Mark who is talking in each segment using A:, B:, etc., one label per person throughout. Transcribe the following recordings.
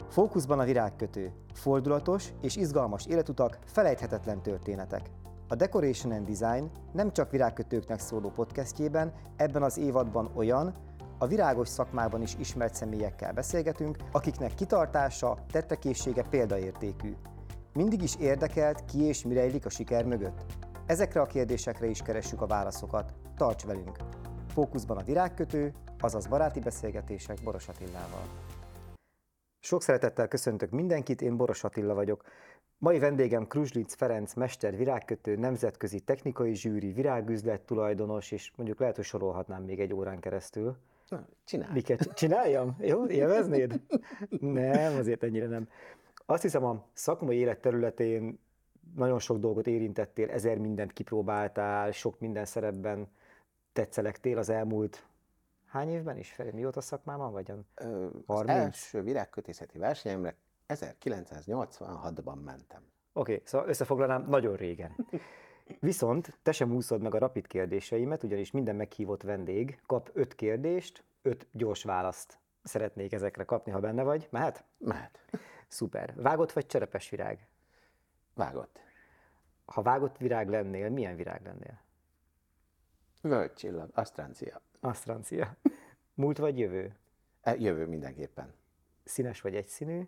A: Fókuszban a virágkötő. Fordulatos és izgalmas életutak, felejthetetlen történetek. A Decoration and Design nem csak virágkötőknek szóló podcastjében, ebben az évadban olyan, a virágos szakmában is ismert személyekkel beszélgetünk, akiknek kitartása, tettekészsége példaértékű. Mindig is érdekelt, ki és mi rejlik a siker mögött? Ezekre a kérdésekre is keressük a válaszokat. Tarts velünk! Fókuszban a virágkötő, azaz baráti beszélgetések Boros Attilával. Sok szeretettel köszöntök mindenkit, én Boros Attila vagyok. Mai vendégem Kruzslic Ferenc, mester virágkötő, nemzetközi technikai zsűri, virágüzlet tulajdonos, és mondjuk lehet, hogy sorolhatnám még egy órán keresztül.
B: Na, csinálj.
A: Miket csináljam? Jó, élveznéd? Nem, azért ennyire nem. Azt hiszem, a szakmai élet területén nagyon sok dolgot érintettél, 1000 mindent kipróbáltál, sok minden szerepben tetszelektél az elmúlt hány évben is, Feri? Mióta szakmában vagy? 30?
B: Az első virágkötészeti versenyemre 1986-ban mentem.
A: Oké, szóval összefoglalnám, nagyon régen. Viszont te sem úszod meg a rapid kérdéseimet, ugyanis minden meghívott vendég kap 5 kérdést, 5 gyors választ szeretnék ezekre kapni, ha benne vagy. Mehet?
B: Mehet.
A: Szuper. Vágott vagy cserepes virág?
B: Vágott.
A: Ha vágott virág lennél, milyen virág lennél?
B: Völgycsillag, asztrancia.
A: Asztrancia. Múlt vagy jövő?
B: Jövő mindenképpen.
A: Színes vagy egyszínű?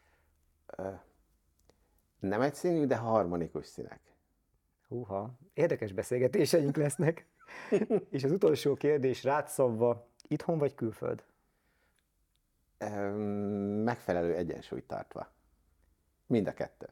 B: Nem egyszínű, de harmonikus színek.
A: Húha, érdekes beszélgetéseink lesznek. És az utolsó kérdés rád szabva, itthon vagy külföld?
B: Megfelelő egyensúlyt tartva. Mind a kettő.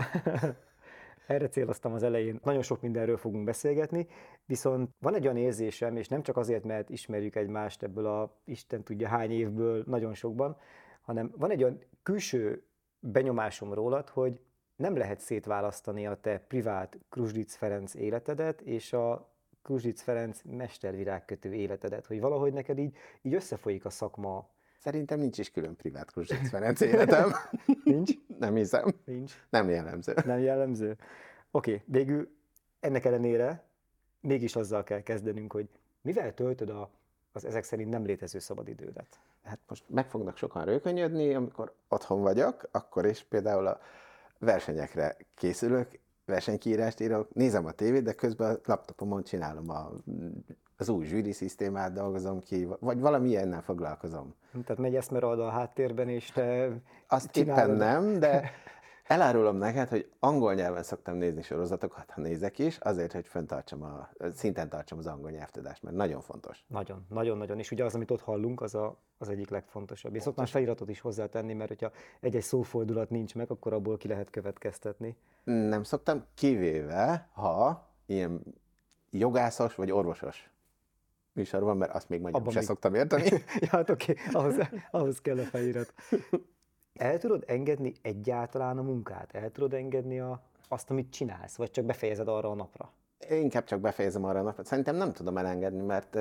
A: Erre céloztam az elején. Nagyon sok mindenről fogunk beszélgetni, viszont van egy olyan érzésem, és nem csak azért, mert ismerjük egymást ebből a Isten tudja hány évből, nagyon sokban, hanem van egy olyan külső benyomásom rólad, hogy nem lehet szétválasztani a te privát Kruzslic Ferenc életedet és a Kruzslic Ferenc mestervirágkötő életedet, hogy valahogy neked így összefolyik a szakma.
B: Szerintem nincs is külön privát Kruzslic Ferenc életem.
A: Nincs?
B: Nem hiszem.
A: Nincs.
B: Nem jellemző.
A: Nem jellemző? Oké, végül ennek ellenére mégis azzal kell kezdenünk, hogy mivel töltöd az ezek szerint nem létező szabadidődet?
B: Hát most meg fognak sokan rökönyödni, amikor otthon vagyok, akkor is például a versenyekre készülök, versenykiírást írok, nézem a tévét, de közben a laptopomon csinálom az új zsűri szisztémát, dolgozom ki, vagy valami ilyennel foglalkozom.
A: Tehát megy Esmeralda a háttérben, és te
B: azt éppen nem, de elárulom neked, hogy angol nyelven szoktam nézni sorozatokat, ha nézek is, azért, hogy szinten tartsam az angol nyelvtudást, mert nagyon fontos.
A: Nagyon, nagyon, nagyon. És ugye az, amit ott hallunk, az egyik legfontosabb. Én szoktam feliratot is hozzátenni, mert hogyha egy-egy szófordulat nincs meg, akkor abból ki lehet következtetni.
B: Nem szoktam, kivéve, ha ilyen jogászos vagy orvosos műsor van, mert azt még magyarul sem szoktam érteni.
A: Ja, hát oké, ahhoz kell a felirat. El tudod engedni egyáltalán a munkát? El tudod engedni azt, amit csinálsz? Vagy csak befejezed arra a napra?
B: Én inkább csak befejezem arra a napra. Szerintem nem tudom elengedni, mert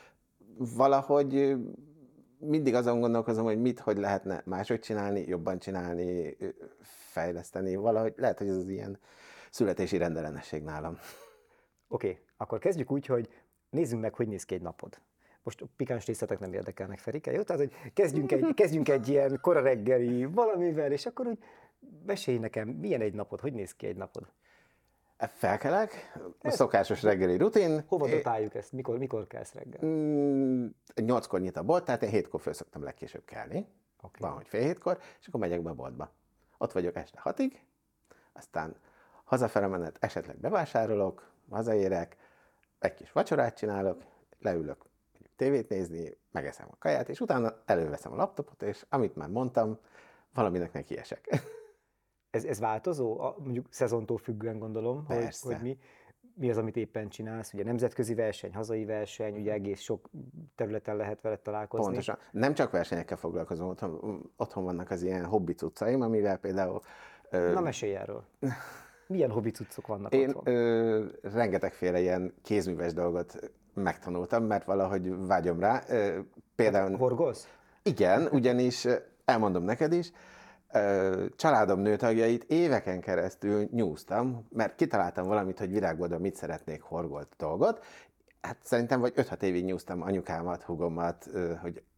B: valahogy mindig azon gondolkozom, hogy hogy lehetne máshogy csinálni, jobban csinálni, fejleszteni. Valahogy lehet, hogy ez az ilyen születési rendellenesség nálam.
A: Oké, akkor kezdjük úgy, hogy nézzünk meg, hogy néz ki egy napod. Most a pikáns részletek nem érdekelnek, Ferike, jó? Tehát, hogy kezdjünk egy ilyen kora reggeli valamivel, és akkor úgy mesélj nekem, milyen egy napod, hogy néz ki egy napod?
B: Felkelek, a szokásos reggeli rutin.
A: Hova dotáljuk ezt? Mikor kelsz reggel?
B: 8-kor nyit a bolt, tehát én 7-kor föl szoktam legkésőbb kelni.
A: Okay.
B: Van, hogy fél 7-kor, és akkor megyek be a boltba. Ott vagyok este 6-ig, aztán hazafele menet esetleg bevásárolok, hazaérek, egy kis vacsorát csinálok, leülök tévét nézni, megeszem a kaját, és utána előveszem a laptopot, és amit már mondtam, valaminek nekiesek.
A: Ez változó? Mondjuk szezontól függően gondolom, hogy mi az, amit éppen csinálsz. Ugye nemzetközi verseny, hazai verseny, ugye egész sok területen lehet veled találkozni.
B: Pontosan. Nem csak versenyekkel foglalkozom, otthon vannak az ilyen hobbi cuccaim, amivel például...
A: Na mesélj erről. Milyen hobbi cuccok vannak
B: én
A: otthon?
B: Rengetegféle ilyen kézműves dolgot megtanultam, mert valahogy vágyom rá. Például...
A: Horgolsz?
B: Igen, ugyanis elmondom neked is, családom nőtagjait éveken keresztül nyúztam, mert kitaláltam valamit, hogy virágboltban mit szeretnék horgolt dolgot. Hát szerintem vagy 5-6 évig nyúztam anyukámat, húgomat, hogy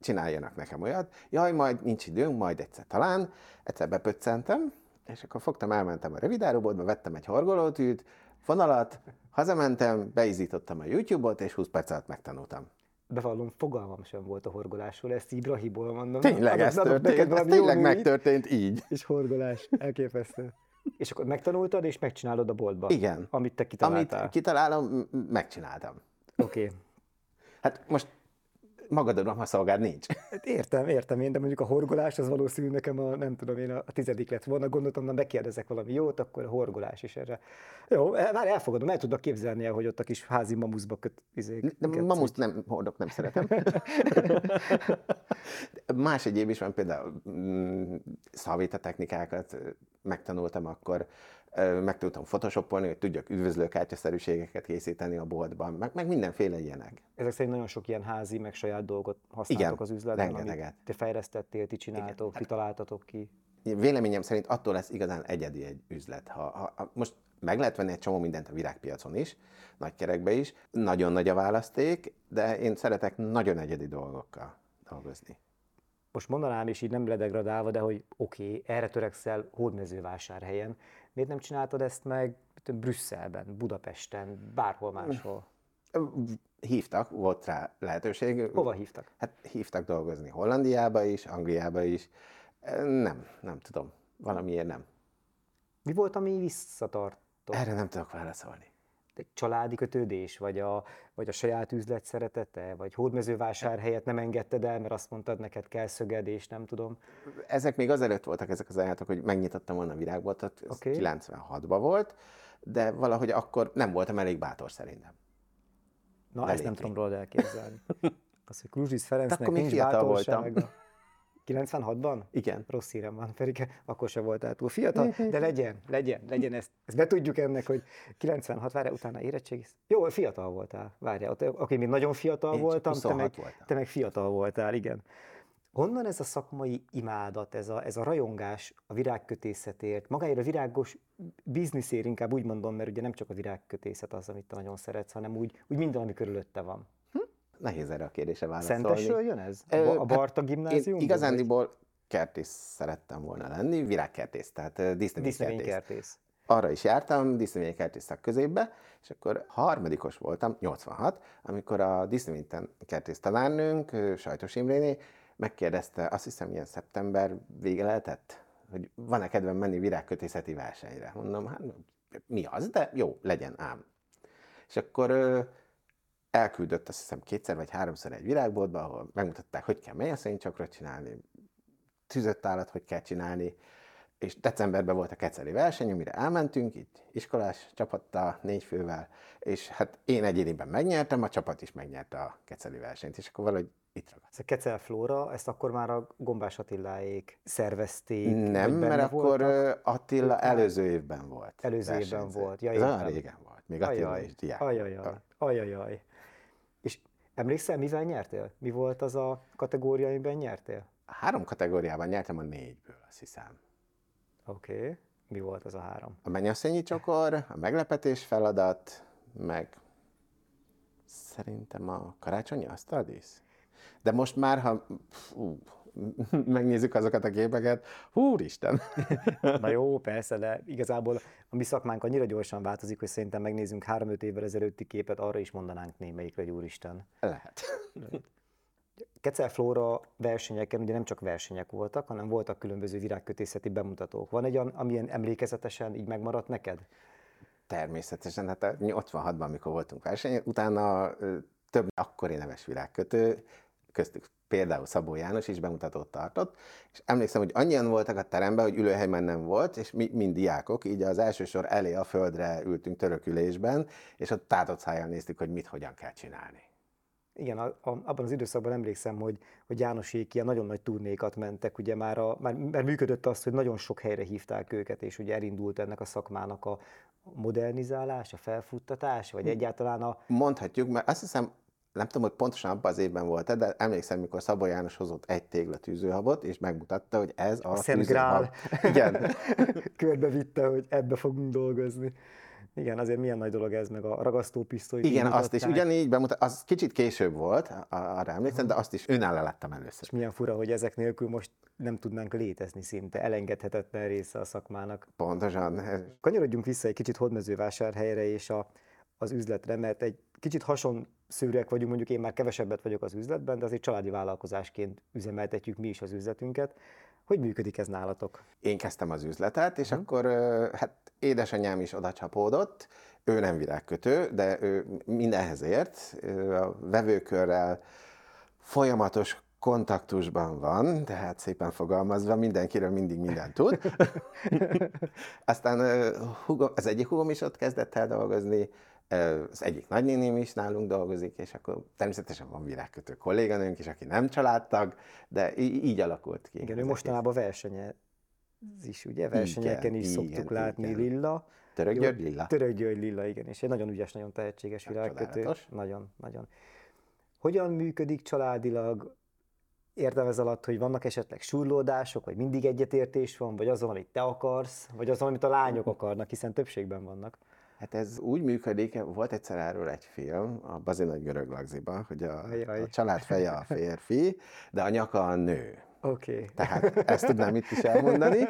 B: csináljanak nekem olyat. Jaj, majd nincs időnk, majd egyszer talán. Egyszer bepöccentem, és akkor fogtam, elmentem a revidáróboltba, vettem egy horgolótűt, vonalat, hazamentem, beizítottam a YouTube-ot, és 20 perc alatt megtanultam.
A: Bevallom, fogalmam sem volt a horgolásról, ezt így Rahiból mondom.
B: Tényleg ez történt, ez tényleg megtörtént így.
A: És horgolás, elképesztő. És akkor megtanultad, és megcsinálod a boltba?
B: Igen.
A: Amit te kitaláltál?
B: Amit kitalálom, megcsináltam.
A: Oké.
B: Hát most magadon a szolgád nincs.
A: Hát értem én, de mondjuk a horgolás az valószínű nekem nem tudom én, a 10. lett volna, gondoltam, na megkérdezek valami jót, akkor a horgolás is erre. Jó, már elfogadom, el tudok képzelni, hogy ott a kis házi mamuszba
B: De mamuszt nem hordok, nem szeretem. Más egyéb is van, például szalvéta technikákat megtanultam akkor, megtudtam photoshopolni, hogy tudjak üdvözlőkártyaszerűségeket készíteni a boltban, meg mindenféle ilyenek.
A: Ezek szerint nagyon sok ilyen házi, meg saját dolgot használtok az üzletben,
B: rengeteget.
A: amit te fejlesztettél, ti csináltok, ti találtatok ki.
B: Véleményem szerint attól lesz igazán egyedi egy üzlet. Ha most meg lehet venni egy csomó mindent a virágpiacon is, nagykerekbe is, nagyon nagy a választék, de én szeretek nagyon egyedi dolgokkal dolgozni.
A: Most mondanám, és így nem ledegradálva, de hogy oké, erre törekszel Hódmezővásárhelyen. Miért nem csináltad ezt meg Brüsszelben, Budapesten, bárhol máshol?
B: Hívtak, volt rá lehetőség.
A: Hova hívtak?
B: Hát hívtak dolgozni Hollandiába is, Angliába is. Nem tudom, valamiért nem.
A: Mi volt, ami visszatartott?
B: Erre nem tudok válaszolni.
A: Egy családi kötődés, vagy a saját üzlet szeretete, vagy Hódmezővásárhelyet nem engedted el, mert azt mondtad, neked kell szöged, és nem tudom.
B: Ezek még azelőtt voltak ezek az ajánlatok, hogy megnyitottam volna a virágboltot, ez 96-ban volt, de valahogy akkor nem voltam elég bátor szerintem.
A: Na, ezt nem tudom rólad elképzelni. Az, hogy Kruzsis Ferencnek nincs
B: bátorsága.
A: 96-ban?
B: Igen.
A: Rossz hírem van, pedig akkor sem voltál túl fiatal, de legyen, ezt betudjuk ennek, hogy 96, várjál, utána érettségi. Jó, fiatal voltál, várjál, aki még nagyon fiatal voltam, te meg fiatal voltál, igen. Honnan ez a szakmai imádat, ez a rajongás a virágkötészetért, magáért a virágos bizniszért, inkább úgy mondom, mert ugye nem csak a virágkötészet az, amit te nagyon szeretsz, hanem úgy minden, ami körülötte van.
B: Nehéz erre a kérdésre válaszolni.
A: Szentesről jön ez? A Barta gimnáziumból?
B: Én igazándiból kertész szerettem volna lenni, virágkertész, tehát
A: dísznövénykertész.
B: Arra is jártam, dísznövénykertész szakközépbe, és akkor harmadikos voltam, 86, amikor a dísznövénykertész tanárnőnk, Sajtos Imréné, megkérdezte, azt hiszem ilyen szeptember vége lehetett, hogy van-e kedvem menni virágkötészeti versenyre. Mondom, hát mi az, de jó, legyen ám. És akkor elküldött, azt hiszem 2 vagy 3-szor egy virágboltba, ahol megmutatták, hogy kell melyaszéncsakrot csinálni, tűzött állat, hogy kell csinálni, és decemberben volt a keceli verseny, amire elmentünk, így iskolás csapattal, 4 fővel, és hát én egyéniben megnyertem, a csapat is megnyerte a keceli versenyt, és akkor valahogy itt ragadt.
A: Ez a Kecel Flóra, ezt akkor már a Gombás Attiláék szervezték?
B: Nem, mert akkor voltak? Attila előző évben volt.
A: Előző évben volt,
B: ez olyan régen volt, még Attila is diák.
A: Ajajaj. És emlékszel, mivel nyertél? Mi volt az a kategória, amiben nyertél?
B: 3 kategóriában nyertem a 4-ből, azt hiszem.
A: Oké. Mi volt az a 3?
B: A mennyaszényi csokor, a meglepetés feladat, meg szerintem a karácsonyi asztaldísz. De most már, ha megnézzük azokat a képeket, úristen!
A: Na jó, persze, de igazából a mi szakmánk annyira gyorsan változik, hogy szerintem megnézzünk 3-5 évvel ezelőtti képet, arra is mondanánk némelyikre, hogy úristen.
B: Lehet.
A: Kecel Flóra versenyeken ugye nem csak versenyek voltak, hanem voltak különböző virágkötészeti bemutatók. Van egy amilyen emlékezetesen így megmaradt neked?
B: Természetesen, hát 86-ban, amikor voltunk versenyen, utána több akkori neves virágkötő, köztük például Szabó János is bemutatót tartott, és emlékszem, hogy annyian voltak a teremben, hogy ülőhelyben nem volt, és mi mind diákok, így az első sor elé a földre ültünk törökülésben, és ott tátott szájjal néztük, hogy mit hogyan kell csinálni.
A: Igen, abban az időszakban emlékszem, hogy Jánosék ilyen nagyon nagy turnékat mentek, ugye már működött az, hogy nagyon sok helyre hívták őket, és ugye elindult ennek a szakmának a modernizálás, a felfuttatás, vagy egyáltalán a...
B: Mondhatjuk, mert azt hiszem, nem tudom, hogy pontosan abban az évben volt, de emlékszem, mikor Szabó János hozott egy tégla tűzőhabot, és megmutatta, hogy ez a
A: Szent Grál.
B: Igen.
A: Körbevitte, hogy ebbe fogunk dolgozni. Igen, azért milyen nagy dolog ez, meg a ragasztópisztolyt.
B: Igen,
A: így
B: azt is
A: mutatták.
B: ugyanígy az kicsit később volt, arra emlékszem, de azt is önálló láttam először.
A: És milyen fura, hogy ezek nélkül most nem tudnánk létezni szinte, elengedhetetlen része a szakmának.
B: Pontosan.
A: Kanyarodjunk vissza egy kicsit Hódmezővásárhelyre és az üzletre, mert egy kicsit hasonszőrűek vagyunk, mondjuk én már kevesebbet vagyok az üzletben, de azért családi vállalkozásként üzemeltetjük mi is az üzletünket. Hogy működik ez nálatok?
B: Én kezdtem az üzletet, és akkor hát édesanyám is oda csapódott, ő nem virágkötő, de ő mindenhez ért, a vevőkörrel folyamatos kontaktusban van, tehát szépen fogalmazva, mindenkiről mindig mindent tud. Aztán az egyik húgom is ott kezdett el dolgozni, az egyik nagynéném is nálunk dolgozik, és akkor természetesen van virágkötő kolléganőnk is, aki nem családtag, de így alakult ki.
A: Igen, ő mostanában versenyez is, ugye? Versenyeken is szoktuk látni,
B: igen.
A: Lilla.
B: Török György Lilla.
A: Török György Lilla, igen, és egy nagyon ügyes, nagyon tehetséges virágkötő.
B: Csodálatos.
A: Nagyon, nagyon. Hogyan működik családilag? Értem ez alatt, hogy vannak esetleg surlódások, vagy mindig egyetértés van, vagy azon, amit te akarsz, vagy azon, amit a lányok akarnak, hiszen többségben vannak.
B: Hát ez úgy működik, volt egyszer erről egy film, a Bazi nagy görög lagziban, hogy a család feje a férfi, de a nyaka a nő.
A: Oké.
B: Tehát ezt tudnám itt is elmondani.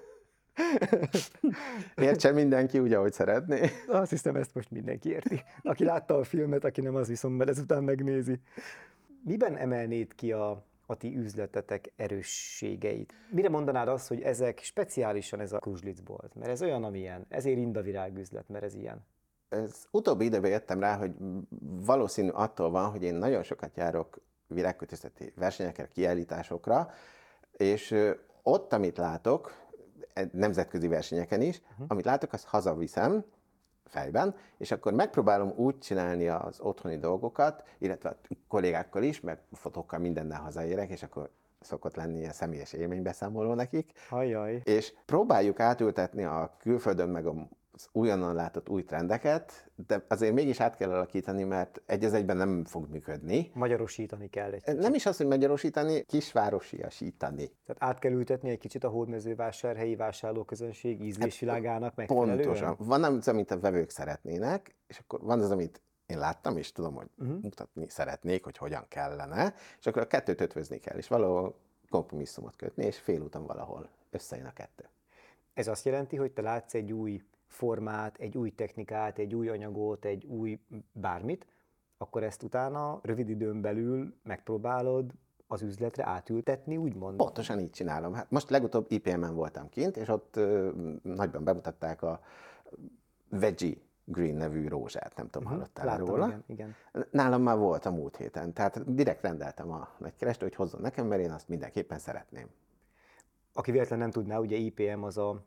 B: Értse mindenki úgy, ahogy szeretné.
A: Azt hiszem, ezt most mindenki érti. Aki látta a filmet, aki nem, az viszont mert ezután megnézi. Miben emelnéd ki a ti üzletetek erősségeit? Mire mondanád azt, hogy ezek speciálisan ez a Kruszlicbolt? Mert ez olyan, amilyen. Ezért indavirágüzlet, mert ez ilyen.
B: Ez utóbbi időben jöttem rá, hogy valószínű attól van, hogy én nagyon sokat járok virágkötészeti versenyekre, kiállításokra, és ott, amit látok, nemzetközi versenyeken is, amit látok, azt hazaviszem fejben, és akkor megpróbálom úgy csinálni az otthoni dolgokat, illetve a kollégákkal is, meg fotókkal mindennel hazaérek, és akkor szokott lenni a személyes élménybeszámoló nekik.
A: Ajjaj.
B: És próbáljuk átültetni a külföldön meg az újonnan látott új trendeket, de azért mégis át kell alakítani, mert egy az egyben nem fog működni.
A: Magyarosítani kell egy kicsit.
B: Nem is az, hogy magyarosítani, kisvárosiasítani.
A: Tehát át kell ültetni egy kicsit a hódmezővásárhelyi vásárlóközönség ízlésvilágának megfelelően?
B: Pontosan. Van az, amit a vevők szeretnének, és akkor van az, amit én láttam, és tudom, hogy mutatni szeretnék, hogy hogyan kellene, és akkor a kettőt ötvözni kell, és valahol kompromisszumot kötni, és félúton valahol összejön a kettő.
A: Ez azt jelenti, hogy te látsz egy új formát, egy új technikát, egy új anyagot, egy új bármit, akkor ezt utána rövid időn belül megpróbálod az üzletre átültetni, úgymond?
B: Pontosan így csinálom. Hát most legutóbb IPM-en voltam kint, és ott nagyban bemutatták a Veggie Green nevű rózsát, nem tudom, hallottál
A: Láttam,
B: róla?
A: igen.
B: Nálam már volt a múlt héten, tehát direkt rendeltem a nagykerestő, hogy hozzon nekem, mert én azt mindenképpen szeretném.
A: Aki véletlen nem tudná, ugye IPM az a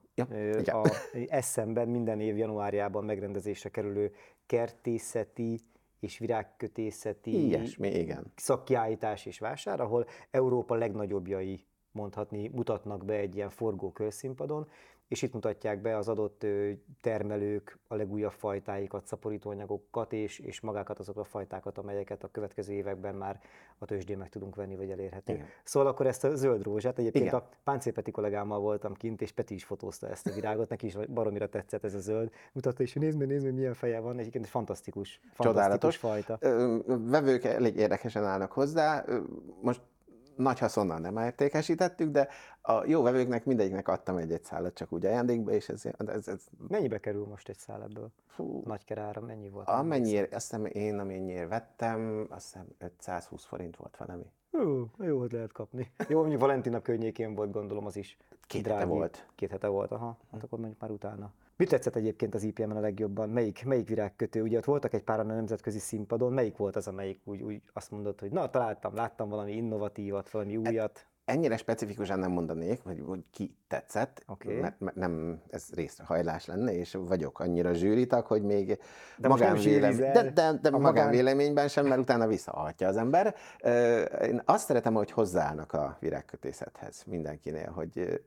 A: Eszemben minden év januárjában megrendezésre kerülő kertészeti és virágkötészeti
B: ilyesmi, igen.
A: szakkiállítás és vásár, ahol Európa legnagyobbjai mondhatni mutatnak be egy ilyen forgó körszínpadon, és itt mutatják be az adott termelők a legújabb fajtáikat, szaporítóanyagokat és magákat azokat a fajtákat, amelyeket a következő években már a tőzsdén meg tudunk venni, vagy elérhetünk.
B: Igen.
A: Szóval akkor ezt a zöld rózsát, egyébként
B: Igen.
A: a Páncél Peti kollégámmal voltam kint, és Peti is fotózta ezt a virágot, neki is baromira tetszett ez a zöld. Mutatta is, hogy nézd meg, milyen feje van, egyébként egy fantasztikus fajta.
B: Vevők elég érdekesen állnak hozzá, most nagy haszonnal nem értékesítettük, de a jó vevőknek mindegyiknek adtam egy szállat csak úgy ajándékba, és ez...
A: Mennyibe kerül most egy szál ebből? Nagykerára mennyi volt?
B: Amennyire, azt hiszem én amennyire vettem, azt hiszem 520 forint volt valami.
A: Jó, hogy lehet kapni. Jó, mondjuk Valentin nap környékén volt, gondolom az is.
B: 2 hete volt.
A: 2 hete volt, aha. Hát akkor mondjuk már utána. Mit tetszett egyébként az IPM-en a legjobban? Melyik virágkötő? Ugye ott voltak egy páran a nemzetközi színpadon. Melyik volt az, amelyik úgy azt mondott, hogy na, láttam valami innovatívat, valami újat?
B: Ennyire specifikusan nem mondanék, hogy ki tetszett, mert nem ez részrehajlás lenne, és vagyok annyira zsűritag, hogy még magánvéleményben sem, mert utána visszahatja az ember. Én azt szeretem, hogy hozzáállnak a virágkötészethez mindenkinél, hogy...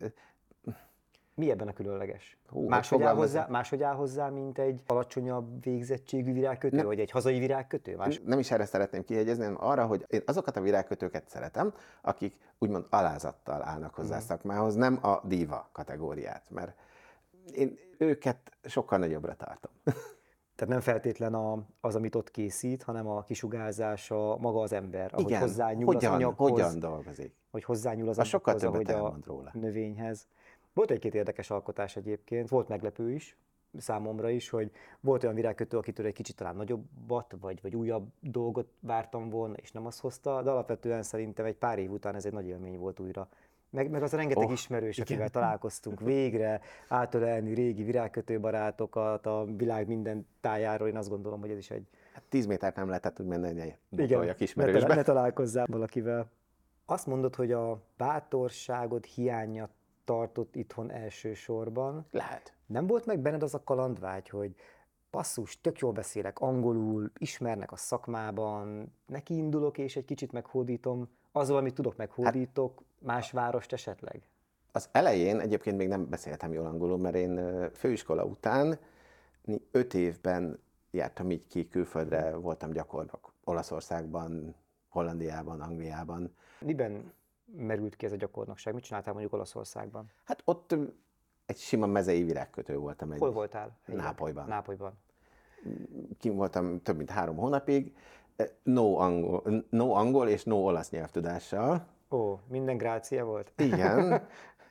A: Mi ebben a különleges? Máshogy áll hozzá, mint egy alacsonyabb végzettségű virágkötő, vagy egy hazai virágkötő?
B: Nem is erre szeretném kihegyezni, hanem arra, hogy én azokat a virágkötőket szeretem, akik úgymond alázattal állnak hozzá a szakmához, nem a díva kategóriát, mert
A: Én
B: őket sokkal nagyobbra tartom.
A: Tehát nem feltétlen az, amit ott készít, hanem a kisugárzása, maga az ember, ahogy
B: Igen,
A: hozzányúl az anyaghoz.
B: hogyan dolgozik.
A: Hogy hozzányúl az
B: Az sokkal
A: anyaghoz,
B: többet
A: ahogy a
B: elmond róla.
A: növényhez. Volt egy-két érdekes alkotás egyébként, volt meglepő is, számomra is, hogy volt olyan virágkötő, akitől egy kicsit talán nagyobbat, vagy újabb dolgot vártam volna, és nem azt hozta, de alapvetően szerintem egy pár év után ez egy nagy élmény volt újra. Meg az a rengeteg ismerős, akivel találkoztunk végre, átölelni régi virágkötő barátokat a világ minden tájáról, én azt gondolom, hogy ez is egy...
B: Hát 10 métert nem lehetett úgy menni, hogy
A: Igen,
B: ismerősbe.
A: ne találkozzál valakivel. Azt mondod, hogy a bátorságod hiánya tartott itthon elsősorban.
B: Lehet.
A: Nem volt meg benned az a kalandvágy, hogy basszus, tök jól beszélek angolul, ismernek a szakmában, neki indulok és egy kicsit meghódítom, azzal, amit tudok, meghódítok, más várost esetleg?
B: Az elején egyébként még nem beszéltem jól angolul, mert én főiskola után 5 évben jártam így ki külföldre, voltam gyakornok Olaszországban, Hollandiában, Angliában.
A: Miben merült ki ez a gyakornokság? Mit csináltál mondjuk Olaszországban?
B: Hát ott egy sima mezei virágkötő voltam.
A: Hol voltál?
B: Nápolyban.
A: Nápolyban.
B: Kim voltam több mint 3 hónapig, no angol és no olasz nyelvtudással.
A: Ó, minden grácia volt?
B: Igen.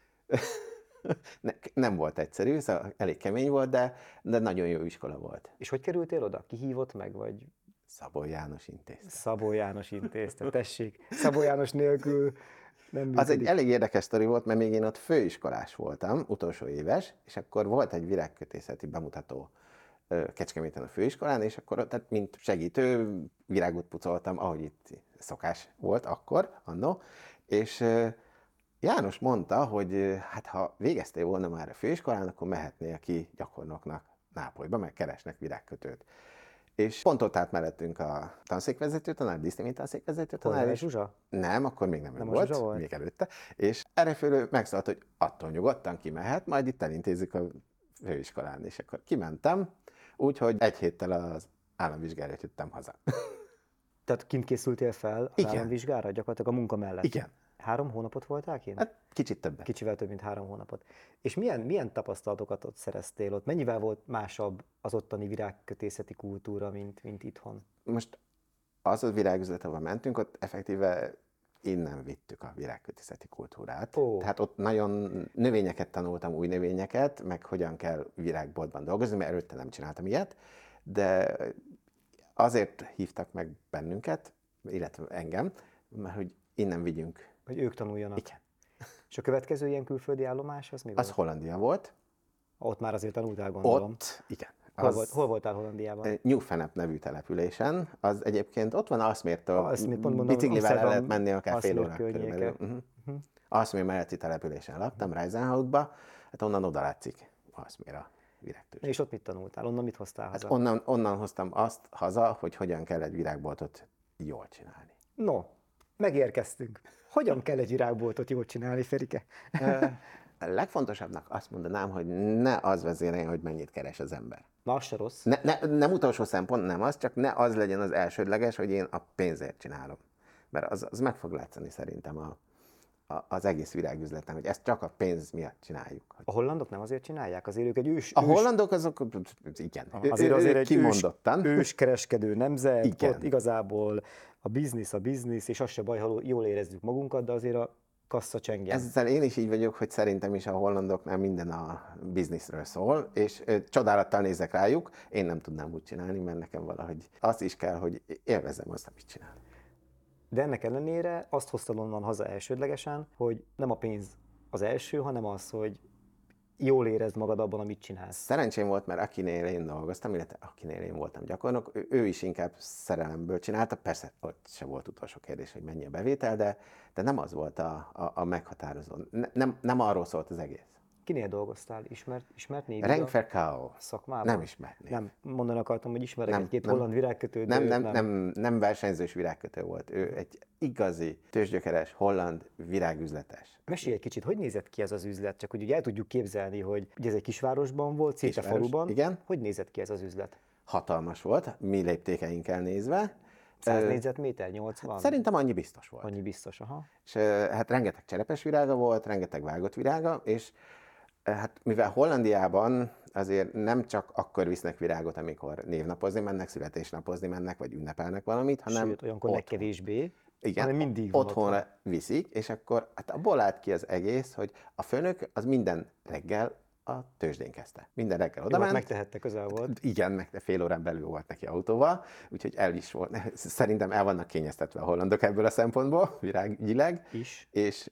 B: Nem volt egyszerű, szóval elég kemény volt, de nagyon jó iskola volt.
A: És hogy kerültél oda? Ki hívott meg, vagy?
B: Szabó János intézte.
A: Szabó János intézte, tessék. Szabó János nélkül nem működik.
B: Az egy elég érdekes sztori volt, mert még én ott főiskolás voltam, utolsó éves, és akkor volt egy virágkötészeti bemutató Kecskeméten a főiskolán, és akkor tehát mint segítő virágot pucoltam, ahogy itt szokás volt akkor, annó, és János mondta, hogy hát ha végeztél volna már a főiskolán, akkor mehetnél ki gyakornoknak Nápolyba, meg keresnek virágkötőt. És pont ott állt mellettünk a tanszékvezető tanár, Disztimi tanszékvezető tanár.
A: Hol, Zsuzsa?
B: Nem, akkor még nem,
A: Nem
B: ő volt, még előtte. És erre fölül megszólalt, hogy attól nyugodtan kimehet, majd itt elintézzük a főiskolán. És akkor kimentem, úgyhogy 1 héttel az államvizsgára jöttem haza.
A: Tehát kint készültél fel az államvizsgára, gyakorlatilag a munka mellett?
B: Igen.
A: 3 hónapot voltál kint?
B: Hát kicsit többet.
A: Kicsivel több, mint 3 hónapot. És milyen tapasztalatokat ott szereztél ott? Mennyivel volt másabb az ottani virágkötészeti kultúra, mint itthon?
B: Most az a virágüzlet, ahol mentünk, ott effektíve innen vittük a virágkötészeti kultúrát. Tehát ott nagyon növényeket tanultam, új növényeket, meg hogyan kell virágboltban dolgozni, mert előtte nem csináltam ilyet, de azért hívtak meg bennünket, illetve engem, mert hogy innen vigyünk.
A: Hogy ők tanuljanak.
B: Igen.
A: És a következő ilyen külföldi állomás az mi volt?
B: Az Hollandia volt.
A: Ott már azért tanultál, gondolom.
B: Ott, igen.
A: Hol voltál Hollandiában?
B: Newfennep nevű településen. Az egyébként ott van Aszmértől, biciklivel el lehet menni akár fél óra körülbelül. Aszmér melletti településen laktam, Rijzenhoutba, hát onnan oda látszik Aszmér a virágtőzsde.
A: És ott mit tanultál? Onnan mit hoztál haza?
B: Hát onnan hoztam azt haza, hogy hogyan kell egy virágboltot jól csinálni.
A: No, megérkeztünk. Hogyan kell egy virágboltot jól csinálni, Ferike?
B: A legfontosabbnak azt mondanám, hogy ne az vezéreljen, hogy mennyit keres az ember.
A: Na, az se rossz.
B: Nem utolsó szempont, nem az, csak ne az legyen az elsődleges, hogy én a pénzért csinálom. Mert az meg fog látszani szerintem az egész virágüzleten, hogy ezt csak a pénz miatt csináljuk.
A: A hollandok nem azért csinálják? Azért ők egy
B: A hollandok azok, igen.
A: Azért egy
B: kimondottan.
A: őskereskedő nemzet,
B: igen.
A: Ott igazából a biznisz, és az se baj, ha jól érezzük magunkat, de azért a kassa csengjen.
B: Ezzel én is így vagyok, hogy szerintem is a hollandoknál minden a bizniszről szól, és csodálattal nézek rájuk, én nem tudnám úgy csinálni, mert nekem valahogy az is kell, hogy élvezzem azt, amit csinálok.
A: De ennek ellenére azt hoztad onnan haza elsődlegesen, hogy nem a pénz az első, hanem az, hogy jól érezd magad abban, amit csinálsz.
B: Szerencsém volt, mert akinél én dolgoztam, illetve akinél én voltam gyakornok, ő is inkább szerelemből csinálta. Persze ott se volt utolsó kérdés, hogy mennyi a bevétel, de nem az volt a meghatározó. Nem arról szólt az egész.
A: Kinél dolgoztál? Ismert névig
B: Renk
A: szakmában?
B: Nem ismernék.
A: Nem, mondani akartam, hogy ismerek egy-két holland virágkötőt.
B: Nem versenyzős virágkötő volt. Ő egy igazi, tőzsgyökeres, holland virágüzletes.
A: Mesélj egy kicsit, hogy nézett ki ez az üzlet? Csak hogy el tudjuk képzelni, hogy ugye ez egy kisvárosban volt, szinte faluban.
B: Igen.
A: Hogy nézett ki ez az üzlet?
B: Hatalmas volt, mi léptékeinkkel nézve.
A: 100 négyzetméter, 80?
B: Szerintem annyi biztos volt.
A: Annyi biztos, aha.
B: És hát rengeteg cserepes virága volt, rengeteg vágott virága, és Hát mivel Hollandiában azért nem csak akkor visznek virágot, amikor névnapozni mennek, születésnapozni mennek, vagy ünnepelnek valamit, hanem
A: Sőt, olyankor legkevésbé,
B: igen,
A: hanem mindig van
B: otthonra viszik, és akkor hát abból állt ki az egész, hogy a főnök az minden reggel a tőzsdén kezdte. Minden reggel
A: Jó, hát
B: odament.
A: megtehette, közel volt.
B: Igen, meg fél órán belül volt neki autóval, úgyhogy el is volt. Szerintem el vannak kényeztetve a hollandok ebből a szempontból, virágügyileg.
A: Is.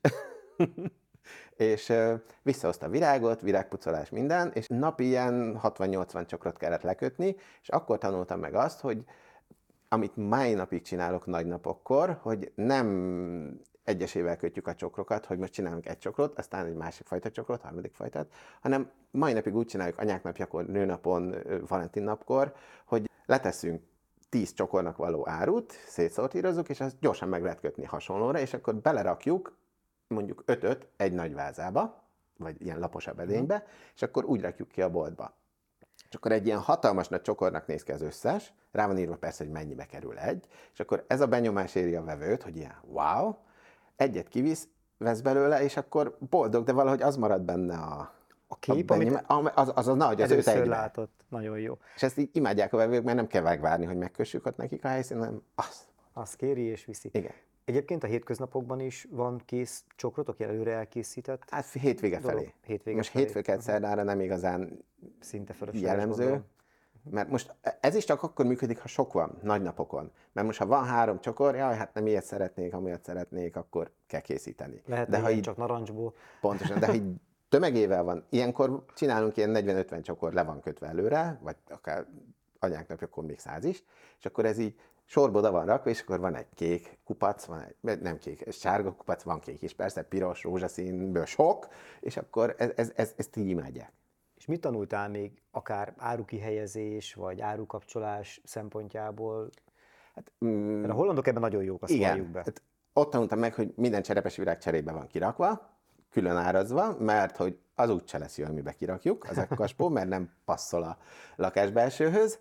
B: És visszahozta a virágot, virágpucolás, minden, és napi ilyen 60-80 csokrot kellett lekötni, és akkor tanultam meg azt, hogy amit mai napig csinálok nagy napokkor, hogy nem egyesével kötjük a csokrokat, hogy most csinálunk egy csokrot, aztán egy másik fajta csokrot, harmadik fajtát, hanem mai napig úgy csináljuk anyák napjakor, nőnapon, Valentin napkor, hogy leteszünk 10 csokornak való árut, szétszortírozzuk, és azt gyorsan meg lehet kötni hasonlóra, és akkor belerakjuk mondjuk 5-öt egy nagy vázába, vagy ilyen laposabb edénybe, és akkor úgy rakjuk ki a boltba. És akkor egy ilyen hatalmas nagy csokornak néz ki az összes, rá van írva persze, hogy mennyibe kerül egy, és akkor ez a benyomás éri a vevőt, hogy ilyen wow, egyet kivisz, vesz belőle, és akkor boldog, de valahogy az marad benne
A: A kép,
B: az nagy, az
A: először
B: egybe.
A: látott. Nagyon jó.
B: És ezt így imádják a vevők, mert nem kell megvárni, hogy megkössük ott nekik a helyszínen, hanem
A: Azt kéri és viszi.
B: Igen.
A: Egyébként a hétköznapokban is van kész csokrotok, előre elkészített?
B: Hát hétvége felé.
A: Hétvége
B: most
A: felé.
B: hétfőket szerdára nem igazán
A: Szinte fölösleges,
B: jellemző.
A: gondolom.
B: Mert most ez is csak akkor működik, ha sok van, nagy napokon. Mert most, ha van 3 csokor, jaj, hát nem ilyet szeretnék, amilyet szeretnék, akkor kell készíteni.
A: Lehetne
B: de ha így,
A: csak narancsból.
B: pontosan, de ha így tömegével van, ilyenkor csinálunk ilyen 40-50 csokor, le van kötve előre, vagy akár anyák napjakor még 100 is, és akkor ez így sorba oda van rakva, és akkor van egy kék kupac, van egy, nem kék, egy sárga kupac, van kék is, persze, piros, rózsaszínből sok, és akkor ezt így imádják.
A: És mit tanultál még akár árukihelyezés, vagy árukapcsolás szempontjából?
B: Hát,
A: Mert a hollandok ebben nagyon jók, azt valljuk be.
B: Hát ott tanultam meg, hogy minden cserepes virág cserébe van kirakva, külön árazva, mert hogy az úgyse lesz jó, amiben kirakjuk, az ekkaspó, mert nem passzol a lakásbelsőhöz.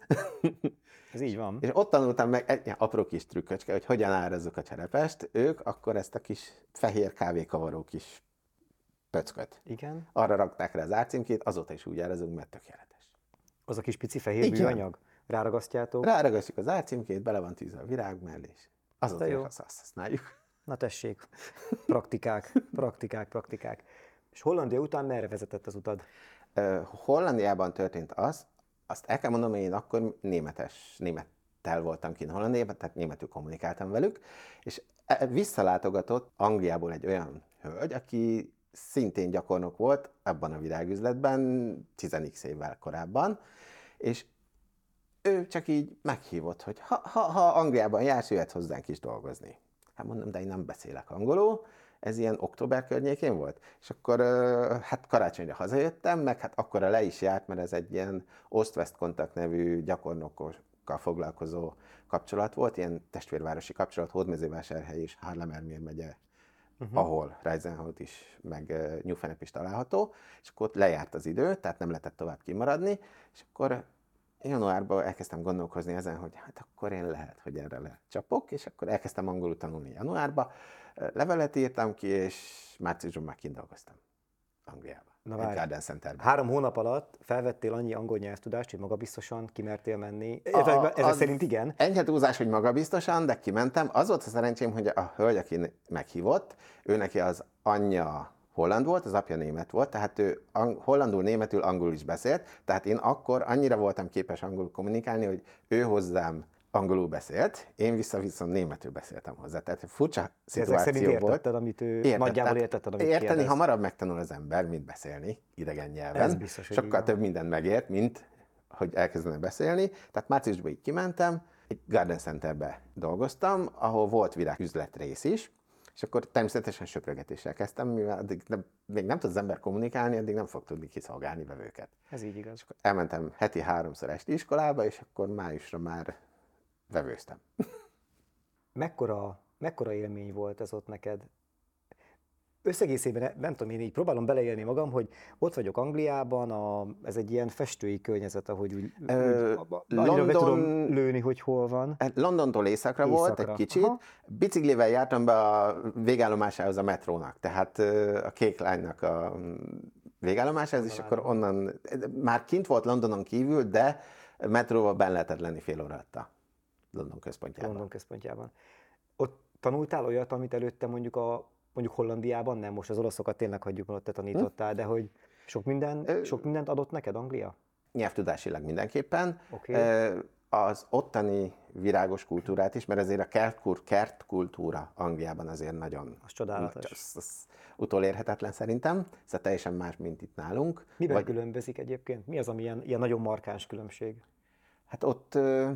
A: Ez így van.
B: És ott tanultam meg egy ilyen apró kis trükköcske, hogy hogyan árazzuk a cserepest. Ők akkor ezt a kis fehér kávékavaró kis pöcköt.
A: Igen.
B: Arra rakták rá az árcímkét, azóta is úgy árazunk, mert tökéletes.
A: Az a kis pici fehér
B: Igen.
A: műanyag? Ráragasztjátok?
B: Ráragasztjuk az árcímkét, bele van tűzve a virág mellé, és azóta
A: jó.
B: azt használjuk.
A: Na tessék, praktikák. És Hollandia után merre vezetett az utad?
B: Hollandiában történt az, azt el kell mondanom, hogy én akkor némettel voltam kint Hollandiában, tehát németül kommunikáltam velük, és visszalátogatott Angliából egy olyan hölgy, aki szintén gyakornok volt ebben a virágüzletben 10x évvel korábban, és ő csak így meghívott, hogy ha Angliában jársz, jöhet hozzánk is dolgozni. Hát mondom, de én nem beszélek angolul, ez ilyen október környékén volt. És akkor hát karácsonyra hazajöttem, meg hát akkora le is járt, mert ez egy ilyen Ost-West Kontakt nevű gyakornokokkal foglalkozó kapcsolat volt, ilyen testvérvárosi kapcsolat, Hódmezővásárhely és Haarlem-Ermér megye, ahol Reisenhout is, meg Newfennep is található, és akkor ott lejárt az idő, tehát nem lehetett tovább kimaradni, és akkor januárban elkezdtem gondolkozni ezen, hogy hát akkor én lehet, hogy erre lecsapok, és akkor elkezdtem angolul tanulni januárban. Levelet írtam ki, és márciusban már kint dolgoztam Angliában.
A: Na
B: egy
A: várj,
B: Garden Centerben.
A: 3 hónap alatt felvettél annyi angol nyelvtudást, hogy magabiztosan kimertél menni. Ezek szerint igen.
B: Enyhe túlzás, hogy magabiztosan, de kimentem. Az volt a szerencsém, hogy a hölgy, aki meghívott, ő neki az anyja holland volt, az apja német volt, tehát ő hollandul, németül, angolul is beszélt, tehát én akkor annyira voltam képes angolul kommunikálni, hogy ő hozzám angolul beszélt, én viszont németül beszéltem hozzá. Tehát furcsa szituáció volt.
A: Értetted, amit ő nagyjából értetted, amit
B: érteni
A: kérdez.
B: hamarabb megtanul az ember, mint beszélni idegen nyelven.
A: Ez biztos, hogy
B: sokkal több mindent megért, mint hogy elkezdene beszélni. Tehát márciusban így kimentem, egy Garden Centerbe dolgoztam, ahol volt virágüzletrész is, és akkor természetesen söprögetéssel kezdtem, mivel addig még nem tud az ember kommunikálni, addig nem fog tudni kiszolgálni vevőket.
A: Ez így igaz.
B: És akkor elmentem heti 3-szor esti iskolába, és akkor májusra már vevőztem.
A: Mekkora élmény volt ez ott neked? Összegészében nem tudom, én így próbálom beleélni magam, hogy ott vagyok Angliában, ez egy ilyen festői környezet, ahogy úgy annyira be tudom lőni, hogy hol van.
B: Londontól északra volt egy kicsit. Aha. Biciklivel jártam be a végállomásához a metrónak, tehát a Kék Lánynak a végállomáshoz, és akkor onnan, már kint volt Londonon kívül, de metróval benn lehetett lenni fél óra alatt a London központjában.
A: London központjában. Ott tanultál olyat, amit előtte mondjuk Hollandiában nem, most az olaszokat tényleg hagyjuk, mert ott te tanítottál, de hogy sok mindent adott neked Anglia?
B: Nyelvtudásilag mindenképpen.
A: Okay.
B: Az ottani virágos kultúrát is, mert azért a kertkultúra Angliában azért nagyon...
A: Az csodálatos.
B: Az utolérhetetlen szerintem, ez teljesen más, mint itt nálunk.
A: Miben különbözik egyébként? Mi az, ami ilyen nagyon markáns különbség?
B: Hát ott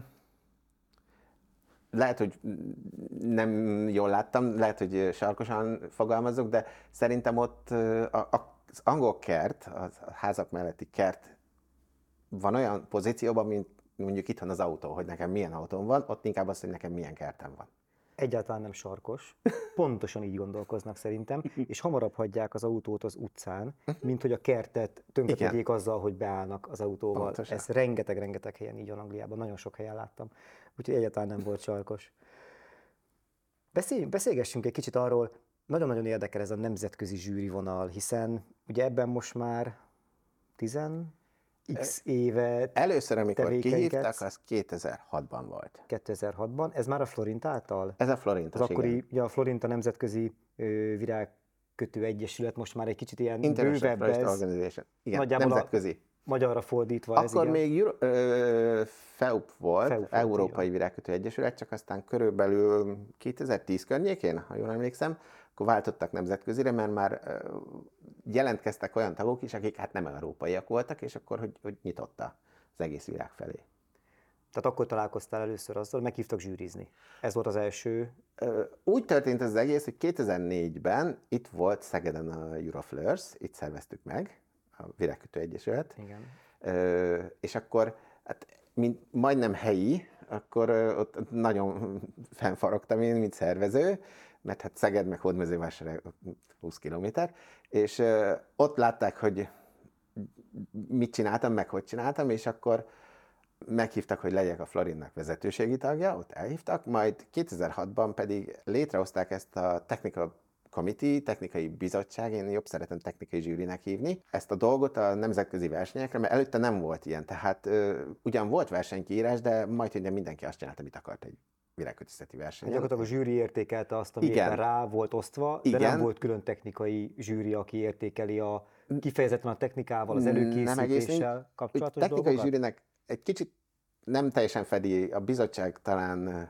B: lehet, hogy nem jól láttam, lehet, hogy sarkosan fogalmazok, de szerintem ott az angol kert, a házak melletti kert van olyan pozícióban, mint mondjuk itthon az autó, hogy nekem milyen autóm van, ott inkább az, hogy nekem milyen kertem van.
A: Egyáltalán nem sarkos. Pontosan így gondolkoznak szerintem, és hamarabb hagyják az autót az utcán, mint hogy a kertet tönkretegyék azzal, hogy beállnak az autóval.
B: Pontosan.
A: Ez rengeteg helyen így van Angliában, nagyon sok helyen láttam. Úgyhogy egyáltalán nem volt sarkos. Beszélgessünk egy kicsit arról, nagyon-nagyon érdekel ez a nemzetközi zsűrivonal, hiszen ugye ebben most már 10x éve
B: először, amikor kihívták, az 2006-ban volt.
A: 2006-ban. Ez már a Florint által?
B: Ez a Florint.
A: Az akkori, ugye a Florint a Nemzetközi Virágkötő Egyesület, most már egy kicsit ilyen bővebb ez.
B: Igen,
A: nagyjából
B: nemzetközi.
A: Magyarra fordítva
B: akkor
A: ez, igen.
B: Még FEUP volt, Európai Virágkötő Egyesület, csak aztán körülbelül 2010 környékén, ha jól emlékszem, akkor váltottak nemzetközire, mert már jelentkeztek olyan tagok is, akik hát nem európaiak voltak, és akkor hogy nyitotta az egész világ felé.
A: Tehát akkor találkoztál először azzal, meghívtak zsűrizni. Ez volt az első?
B: Úgy történt az egész, hogy 2004-ben itt volt Szegeden a Eurofleurs, itt szerveztük meg, a Virágkötő Egyesület.
A: Igen.
B: És akkor hát, majdnem helyi, akkor ott nagyon fennfaragtam én, mint szervező, mert hát Szeged meg Hódmezővásárhely 20 kilométer, és ott látták, hogy mit csináltam, meg hogy csináltam, és akkor meghívtak, hogy legyek a Florintnak vezetőségi tagja, ott elhívtak, majd 2006-ban pedig létrehozták ezt a Technical Committee, technikai bizottság, én jobb szeretem technikai zsűrinek hívni, ezt a dolgot a nemzetközi versenyekre, mert előtte nem volt ilyen, tehát ugyan volt versenykiírás, de majdhogy mindenki azt csinálta, amit akart egy virágkötészeti versenyen.
A: Gyakorlatilag a zsűri értékelte azt, ami éppen rá volt osztva, de nem volt külön technikai zsűri, aki értékeli kifejezetten a technikával, az előkészítéssel kapcsolatos
B: technikai
A: dolgokat?
B: zsűrinek egy kicsit nem teljesen fedi a bizottság, talán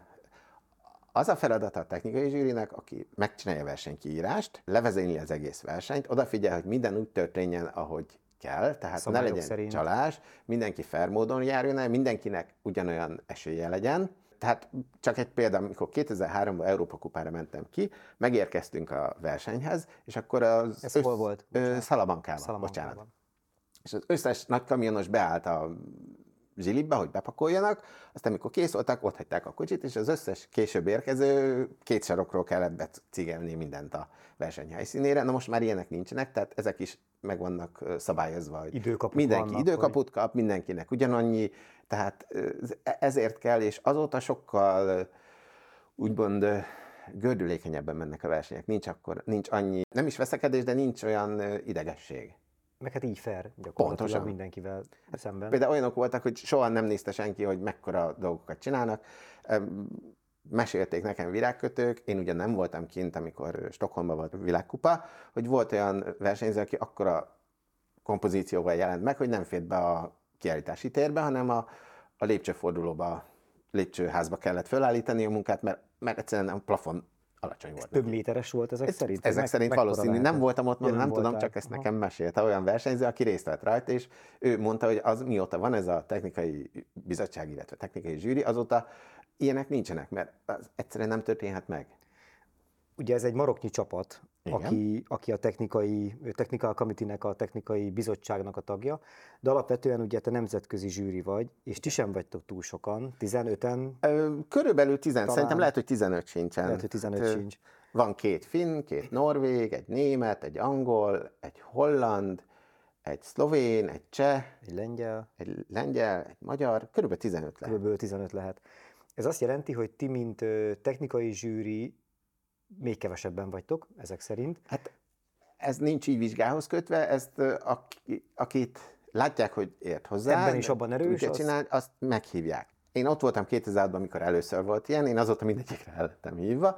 B: az a feladata a technikai zsűrinek, aki megcsinálja a versenykiírást, levezényli az egész versenyt, odafigyel, hogy minden úgy történjen, ahogy kell, tehát
A: szabályok
B: ne legyen
A: szerint
B: csalás, mindenki fair módon járjon el, mindenkinek ugyanolyan esélye legyen. Tehát csak egy példa, amikor 2003-ban Európa kupára mentem ki, megérkeztünk a versenyhez, és akkor az...
A: Ez hol volt?
B: Szalamankában, bocsánat. És az összes nagy kamionos beállt a zsilibbe, hogy bepakoljanak, aztán amikor kész voltak, ott hagyták a kocsit, és az összes később érkező 2 sarokról kellett becigelni mindent a verseny helyszínére. Na most már ilyenek nincsenek, tehát ezek is meg vannak szabályozva, hogy mindenki időkaput kap, mindenkinek ugyanannyi, tehát ezért kell, és azóta sokkal úgymond gördülékenyebben mennek a versenyek. Nincs annyi, nem is veszekedés, de nincs olyan idegesség.
A: Meg hát így fair gyakorlatilag mindenkivel szemben.
B: Például olyanok voltak, hogy soha nem nézte senki, hogy mekkora dolgokat csinálnak. Mesélték nekem virágkötők, én ugye nem voltam kint, amikor Stockholmban volt a világkupa, hogy volt olyan versenyző, aki akkora kompozícióval jelent meg, hogy nem fért be a kiállítási térbe, hanem a lépcsőfordulóba, lépcsőházba kellett felállítani a munkát, mert egyszerűen a plafon alacsony volt.
A: Több méteres volt ezek szerint?
B: Ezek szerint valószínű. Nem voltam ott, nem tudom, csak ezt nekem mesélte olyan versenyző, aki részt vett rajta, és ő mondta, hogy az mióta van ez a technikai bizottság, illetve technikai zsűri, azóta ilyenek nincsenek, mert az egyszerűen nem meg.
A: Ugye ez egy maroknyi csapat, aki a Technical Committee-nek, a technikai bizottságnak a tagja, de alapvetően ugye te nemzetközi zsűri vagy, és ti sem vagytok túl sokan, 15-en?
B: Körülbelül 10, szerintem lehet, hogy 15 sincsen.
A: Lehet, hogy 15 sincs.
B: Van 2 finn, 2 norvég, egy német, egy angol, egy holland, egy szlovén, egy cseh, egy lengyel, egy magyar, körülbelül 15 lehet.
A: Körülbelül 15 lehet. Ez azt jelenti, hogy ti, mint technikai zsűri, még kevesebben vagytok, ezek szerint.
B: Hát ez nincs így vizsgához kötve, ezt akit látják, hogy ért hozzá,
A: ebben is abban erős,
B: tudja csinálni, azt meghívják. Én ott voltam 2006-ban, amikor először volt ilyen, én azóta mindegyikre el lettem hívva,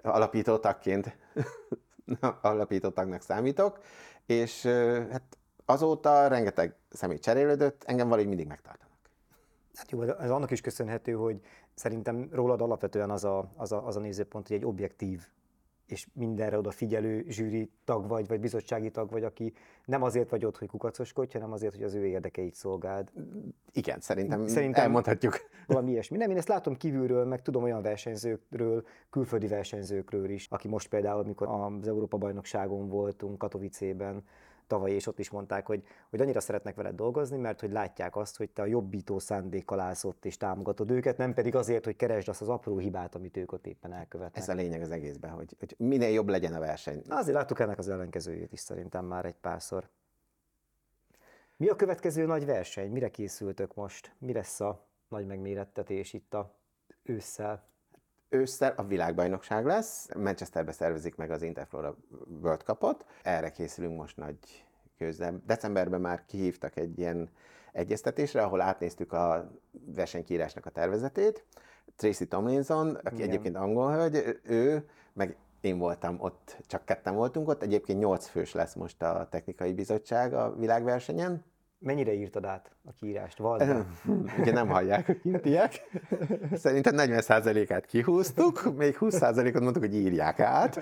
B: alapító tagnak számítok, és hát azóta rengeteg személy cserélődött, engem valahogy mindig megtartanak.
A: Hát jó, ez annak is köszönhető, hogy szerintem rólad alapvetően az a nézőpont, hogy egy objektív és mindenre odafigyelő zsűri tag vagy bizottsági tag vagy, aki nem azért vagy ott, hogy kukacoskodj, hanem azért, hogy az ő érdekeit szolgáld.
B: Igen, szerintem elmondhatjuk.
A: Valami ilyesmi. Nem, én ezt látom kívülről, meg tudom olyan versenyzőkről, külföldi versenyzőkről is, aki most például, amikor az Európa-bajnokságon voltunk Katowicében tavaly, és ott is mondták, hogy annyira szeretnek veled dolgozni, mert hogy látják azt, hogy te a jobbító szándékkal állsz ott és támogatod őket, nem pedig azért, hogy keresd azt az apró hibát, amit ők ott éppen elkövetnek.
B: Ez a lényeg az egészben, hogy minél jobb legyen a verseny.
A: Azért láttuk ennek az ellenkezőjét is szerintem már egy párszor. Mi a következő nagy verseny? Mire készültök most? Mi lesz a nagy megmérettetés itt a ősszel?
B: Ősszel a világbajnokság lesz, Manchesterbe szervezik meg az Interflora World Cupot, erre készülünk most nagy gőzzel. Decemberben már kihívtak egy ilyen egyeztetésre, ahol átnéztük a versenykiírásnak a tervezetét. Tracy Tomlinson, aki egyébként angol hölgy, ő, meg én voltam ott, csak ketten voltunk ott, egyébként 8 fős lesz most a technikai bizottság a világversenyen.
A: Mennyire írtad át a kiírást?
B: Ugye nem hallják a kintiek. Szerintem 40%-át kihúztuk, még 20%-ot mondtuk, hogy írják át.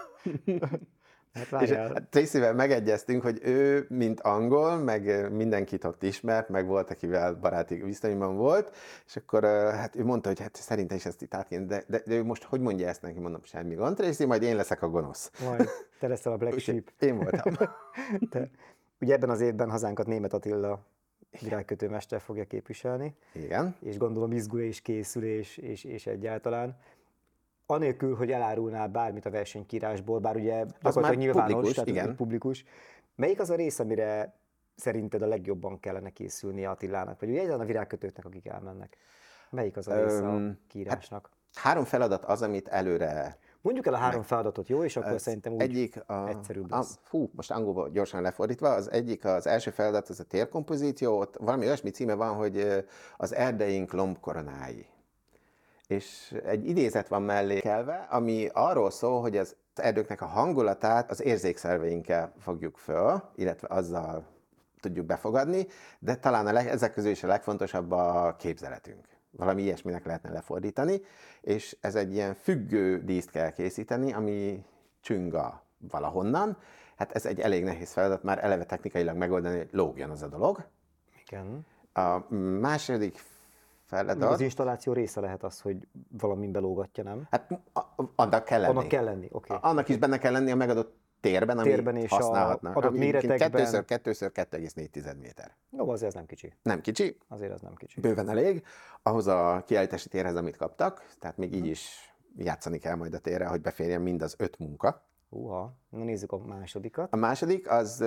A: Hát
B: és Tracyvel megegyeztünk, hogy ő, mint angol, meg mindenkit ott ismert, meg volt, akivel baráti viszonyban volt, és akkor hát ő mondta, hogy hát szerintem is ezt itt át kéne, de ő most hogy mondja ezt neki? Mondom, semmi gond, Tracy, majd én leszek a gonosz.
A: Majd te leszel a Black Sheep.
B: Én voltam.
A: Ugye ebben az évben hazánkat Németh Attila virágkötőmester fogja képviselni.
B: Igen.
A: És gondolom izgul és készül és egyáltalán. Anélkül, hogy elárulnál bármit a versenykírásból, bár ugye gyakorlatilag nyilvános,
B: publikus,
A: tehát
B: igen.
A: publikus. Melyik az a rész, amire szerinted a legjobban kellene készülnie Attilának? Vagy ugye egyáltalán a virágkötőknek, akik elmennek? Melyik az a része a kiírásnak?
B: Hát 3 feladat az, amit előre...
A: Mondjuk el a 3 feladatot, jó? És akkor szerintem úgy egyszerűbb lesz.
B: Most angolból gyorsan lefordítva, az egyik, az első feladat az a térkompozíció, ott valami olyasmi címe van, hogy az erdeink lombkoronái. És egy idézet van mellé kelve, ami arról szól, hogy az erdőknek a hangulatát az érzékszerveinkkel fogjuk föl, illetve azzal tudjuk befogadni, de talán ezek közül is a legfontosabb a képzeletünk. Valami ilyesminek lehetne lefordítani, és ez egy ilyen függő díszt kell készíteni, ami csünga valahonnan. Hát ez egy elég nehéz feladat, már eleve technikailag megoldani, hogy lógjon az a dolog.
A: Igen.
B: A második feladat...
A: Az installáció része lehet az, hogy valamin belógatja, nem?
B: Hát annak kell lenni.
A: Annak kell lenni, oké.
B: Annak is benne kell lenni a megadott térben, ami
A: és
B: használhatnak.
A: adott méretekben.
B: 2x2x2,4 méter.
A: Jó, azért ez nem kicsi.
B: Nem kicsi.
A: Azért ez nem kicsi.
B: Bőven elég. Ahhoz a kiállítási térhez, amit kaptak, tehát még így is játszani kell majd a térre, hogy beférjen mind az 5 munka.
A: Na nézzük a másodikat.
B: A második az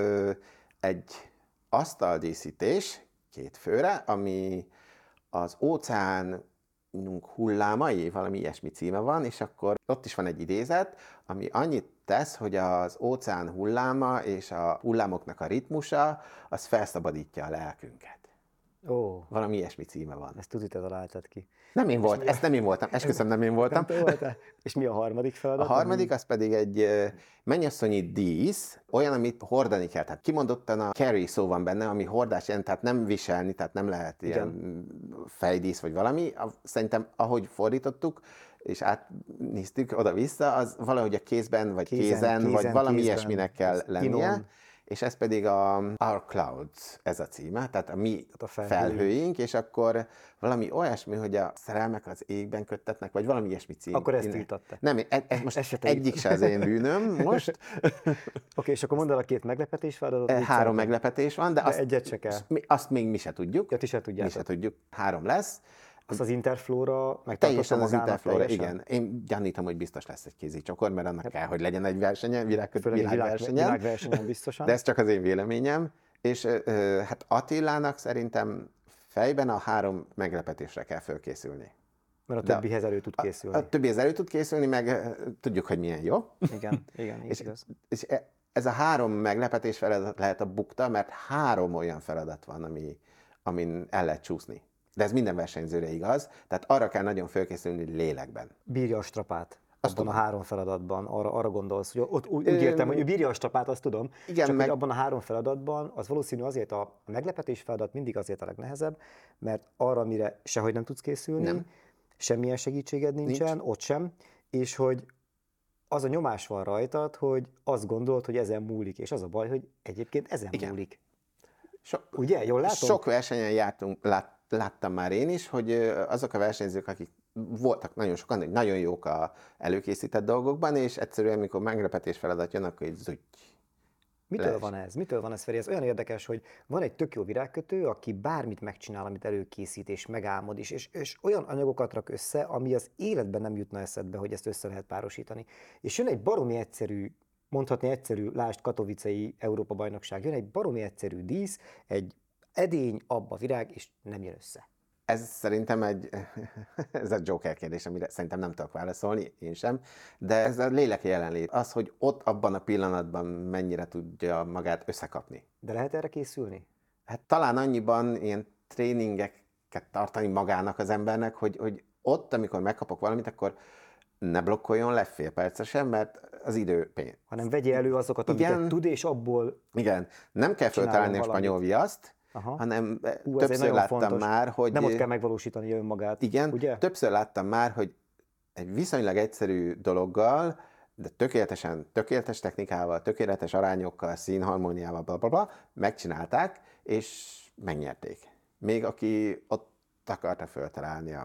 B: egy asztaldíszítés 2 főre, ami az óceánunk hullámai, valami ilyesmi címe van, és akkor ott is van egy idézet, ami annyit tesz, hogy az óceán hulláma és a hullámoknak a ritmusa, az felszabadítja a lelkünket. Valami ilyesmi címe van.
A: Ezt tudod, te találtad ki.
B: Nem én voltam, ezt nem én voltam, esküszöm, nem én voltam.
A: És mi a harmadik feladat?
B: A harmadik az pedig egy mennyasszonyi dísz, olyan, amit hordani kell. Tehát kimondottan a carry szó van benne, ami hordás jelent, tehát nem viselni, tehát nem lehet ilyen fejdísz vagy valami. Szerintem, ahogy fordítottuk, és átnéztük oda-vissza, az valahogy a kézben, vagy kézen vagy valami ilyesminek kell lennie. És ez pedig a Our Clouds, ez a címe, tehát a mi felhőink, és akkor valami olyasmi, hogy a szerelmek az égben köttetnek, vagy valami ilyesmi cím.
A: Akkor ezt írtatta.
B: Nem, most egyik se az én bűnöm most.
A: Oké, és akkor mondd el a 2 meglepetés feladatot.
B: 3 meglepetés van, de
A: egyet se kell.
B: Azt még mi se tudjuk.
A: Ja, ti se tudjátok.
B: Mi se tudjuk. 3 lesz.
A: Az az Interflora, meg
B: teljesen az Interflora, igen. Én gyanítom, hogy biztos lesz egy kézicsokor, mert annak kell, hogy legyen egy versenyen,
A: világversenyen biztosan.
B: De ez csak az én véleményem. És hát Attilának szerintem fejben a 3 meglepetésre kell fölkészülni.
A: Mert a többihez elő tud készülni.
B: A többihez elő tud készülni, meg tudjuk, hogy milyen jó.
A: Igen,
B: és ez a 3 meglepetés feladat lehet a bukta, mert 3 olyan feladat van, amin el lehet csúszni. De ez minden versenyzőre igaz, tehát arra kell nagyon fölkészülni lélekben.
A: Bírja a strapát
B: Azt
A: abban a
B: tudom.
A: 3 feladatban, arra gondolsz, hogy ott úgy értem, hogy ő bírja a strapát, azt tudom,
B: Igen,
A: csak
B: meg-
A: hogy abban a 3 feladatban, az valószínű azért a meglepetés feladat mindig azért a legnehezebb, mert arra, mire sehogy nem tudsz készülni,
B: Nem.
A: semmilyen segítséged nincsen, ott sem, és hogy az a nyomás van rajtad, hogy azt gondolod, hogy ezen múlik, és az a baj, hogy egyébként ezen
B: Igen.
A: múlik.
B: So,
A: Ugye? Jól látom?
B: sok versenyen láttam már én is, hogy azok a versenyzők, akik voltak nagyon sokan, hogy nagyon jók a előkészített dolgokban, és egyszerűen, amikor meglepetés feladat jön, akkor így zügy.
A: Mitől
B: Leesik.
A: van ez? Mitől van ez, Feri? Ez olyan érdekes, hogy van egy tök jó virágkötő, aki bármit megcsinál, amit előkészít, és megálmod is, és olyan anyagokat rak össze, ami az életben nem jutna eszedbe, hogy ezt össze lehet párosítani. És jön egy baromi egyszerű, mondhatni egyszerű, lásd Katowicei Európa-bajnokság, jön egy baromi egyszerű dísz, egy edény, abba virág, és nem jön össze.
B: Ez szerintem ez a Joker kérdés, amire szerintem nem tudok válaszolni, én sem, de ez a léleki jelenlét. Az, hogy ott abban a pillanatban mennyire tudja magát összekapni.
A: De lehet erre készülni?
B: Hát talán annyiban ilyen tréningeket tartani magának az embernek, hogy ott, amikor megkapok valamit, akkor ne blokkoljon le fél percesen, mert az idő pénz.
A: Hanem vegye elő azokat, amiket
B: Igen.
A: tud, és abból
B: Igen, nem kell
A: Csináljon
B: föltalálni a
A: valamit.
B: spanyol viaszt,
A: Aha.
B: hanem
A: Ez egy
B: többször
A: nagyon
B: láttam
A: fontos.
B: már, hogy...
A: nem ott kell megvalósítani önmagát.
B: Igen,
A: ugye?
B: többször láttam már, hogy egy viszonylag egyszerű dologgal, de tökéletes technikával, tökéletes arányokkal, színharmóniával, blablabla, megcsinálták, és megnyerték. Még aki ott akarta föltalálni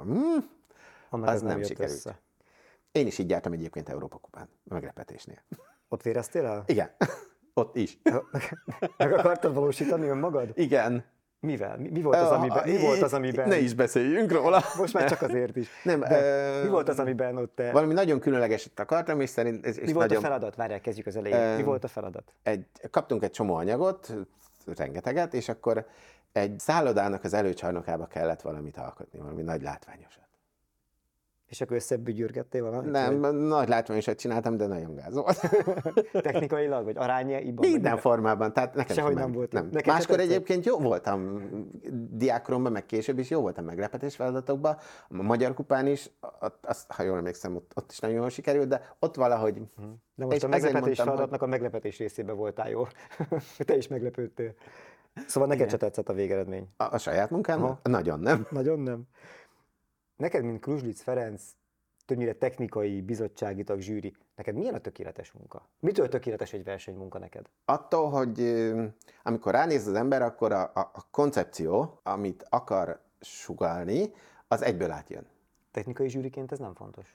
A: Annak
B: az
A: ez
B: nem
A: jött
B: sikerült.
A: össze.
B: Én is így jártam egyébként Európa-kupán, a meglepetésnél.
A: Ott véreztél el?
B: Igen, ott is.
A: Meg akartad valósítani önmagad?
B: Igen.
A: Mivel? Mi volt az, amiben...
B: Ne is beszéljünk róla.
A: Most már csak azért is.
B: Nem,
A: Mi volt az, amiben ott te...
B: Valami nagyon különlegeset akartam, és szerint...
A: Mi volt a feladat? Várjál, kezdjük az elején. Mi volt a feladat?
B: Kaptunk egy csomó anyagot, rengeteget, és akkor egy szállodának az előcsarnokába kellett valamit alkotni, valami nagy látványosat.
A: És akkor összebügyürgettél valamit?
B: Nem,
A: Vagy
B: nagy látványosat csináltam, de nagyon gáz volt.
A: technikailag, vagy arányaiban?
B: Minden formában, tehát nekem
A: Sehogy
B: sem
A: nem
B: ment.
A: volt. Neked se
B: Máskor
A: tetszett?
B: egyébként jó voltam diákkoromban, meg később is jó voltam meglepetés feladatokban. A Magyar Kupán is, azt, ha jól emlékszem, ott is nagyon jól sikerült, de ott valahogy...
A: De most
B: és
A: a
B: ezért
A: meglepetés
B: mondtam,
A: feladatnak a meglepetés részében voltál jól. Te is meglepődtél. Szóval neked se tetszett a végeredmény.
B: A saját munkám?
A: Aha.
B: Nagyon nem.
A: Nagyon nem. Neked, mint Kruzslic Ferenc, többnyire technikai, bizottsági tag, zsűri, neked milyen a tökéletes munka? Mitől tökéletes egy versenymunka neked?
B: Attól, hogy amikor ránéz az ember, akkor a koncepció, amit akar sugallni, az egyből átjön.
A: Technikai zsűriként ez nem fontos.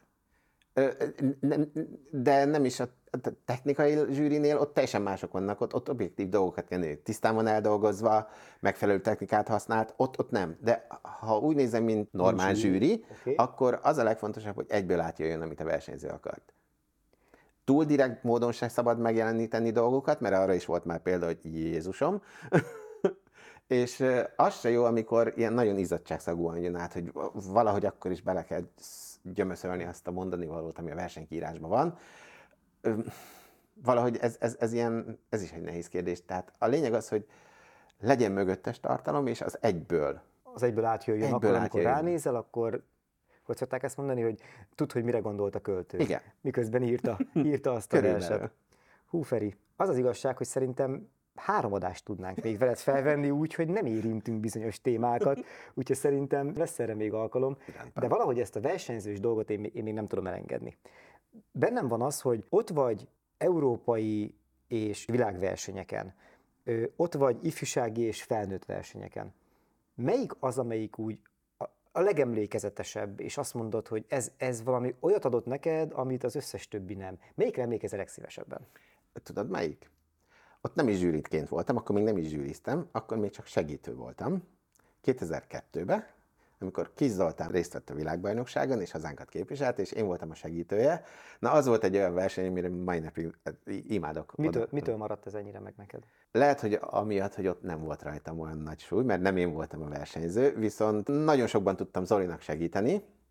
B: De nem is a technikai zsűrinél, ott teljesen mások vannak, ott objektív dolgokat kell nézni. Tisztán van eldolgozva, megfelelő technikát használt, ott nem. De ha úgy nézem, mint normál zsűri,
A: Oké.
B: akkor az a legfontosabb, hogy egyből átjöjjön, amit a versenyző akart. Túl direkt módon sem szabad megjeleníteni dolgokat, mert arra is volt már példa, hogy Jézusom. És az se jó, amikor ilyen nagyon izzadságszagúan jön át, hogy valahogy akkor is bele kell gyömöszölni azt a mondani valót, ami a versenykiírásban van. Valahogy ez is egy nehéz kérdés. Tehát a lényeg az, hogy legyen mögöttes tartalom, és az egyből.
A: Az egyből átjöjjön,
B: Egyből
A: akkor, amikor
B: átjöjjön.
A: ránézel, akkor hogy szokták ezt mondani, hogy tudd, hogy mire gondolt a költő.
B: Igen.
A: Miközben írta azt a
B: Körülbelül.
A: verset. Hú, Feri, az az igazság, hogy szerintem 3 adást tudnánk még veled felvenni úgy, hogy nem érintünk bizonyos témákat, úgyhogy szerintem lesz erre még alkalom. De valahogy ezt a versenyzős dolgot én még nem tudom elengedni. Bennem van az, hogy ott vagy európai és világversenyeken, ott vagy ifjúsági és felnőtt versenyeken. Melyik az, amelyik úgy a legemlékezetesebb, és azt mondod, hogy ez valami olyat adott neked, amit az összes többi nem. Melyikre emlékezel legszívesebben?
B: Tudod melyik? Ott nem is zsűritként voltam, akkor még nem is zsűriztem, akkor még csak segítő voltam. 2002-ben, amikor Kis Zoltán részt vett a világbajnokságon, és hazánkat képviselt, és én voltam a segítője. Na, az volt egy olyan verseny, amire mai napig imádok.
A: Mitől maradt ez ennyire meg neked?
B: Lehet, hogy amiatt, hogy ott nem volt rajtam olyan nagy súly, mert nem én voltam a versenyző, viszont nagyon sokban tudtam Zolinak segíteni,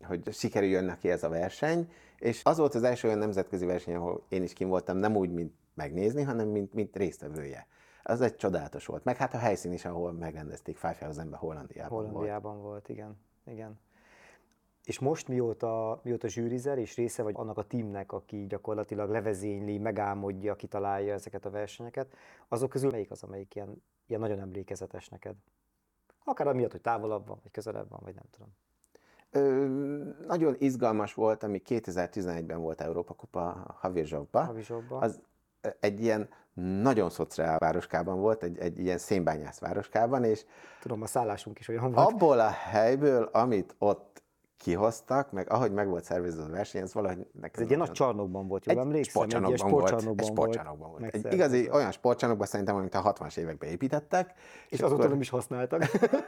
B: hogy sikerüljön neki ez a verseny, és az volt az első olyan nemzetközi verseny, ahol én is kim voltam, nem úgy, mint megnézni, hanem mint résztvevője. Az egy csodálatos volt. Meg hát a helyszín is, ahol megrendezték, 5000-ben
A: Hollandiában volt, igen. Igen. És most mióta zsűrizel, és része vagy annak a teamnek, aki gyakorlatilag levezényli, megálmodja, kitalálja ezeket a versenyeket, azok közül melyik az, amelyik ilyen nagyon emlékezetes neked? Akár amiatt, hogy távolabb van, vagy közelebb van, vagy nem tudom.
B: Nagyon izgalmas volt, ami 2011-ben volt Európa Kupa Havizsokban. Az egy ilyen nagyon szociál városkában volt, egy ilyen szénbányász városkában, és
A: tudom, a szállásunk is olyan volt.
B: Abból a helyből, amit ott kihoztak, meg ahogy meg volt szervezve a verseny, ez valahogy nekem...
A: Ez egy ilyen nagy csarnokban volt, jól emlékszem?
B: Egy sportcsarnokban volt. Egy igazi olyan sportcsarnokban szerintem, amit a 60-as években építettek.
A: És azóta nem is használtak.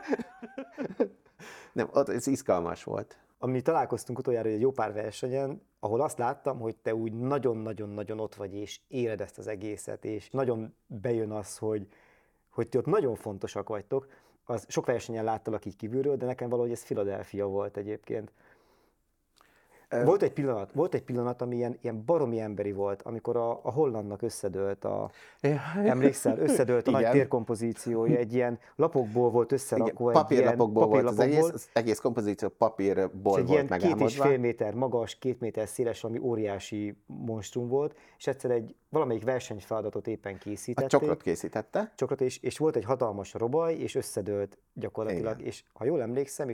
B: Nem, ott ez izgalmas volt.
A: Ami találkoztunk utoljára egy jó pár versenyen, ahol azt láttam, hogy te úgy nagyon-nagyon-nagyon ott vagy, és éled ezt az egészet, és nagyon bejön az, hogy ti ott nagyon fontosak vagytok. Az sok versenyen láttalak így kívülről, de nekem valahogy ez Philadelphia volt egyébként. Volt egy pillanat, ami ilyen baromi emberi volt, amikor a hollandnak összedőlt emlékszel, összedőlt a nagy térkompozíciója, egy ilyen lapokból volt összerakva.
B: Papírlapokból volt az egész kompozíció, papírból volt megálmodva.
A: 2,5 méter magas, 2 méter széles, ami óriási monstrum volt, és egyszer valamelyik versenyfeladatot éppen készítették.
B: A csokrot készítette.
A: És volt egy hatalmas robaj, és összedőlt gyakorlatilag. Igen. És ha jól emlékszem,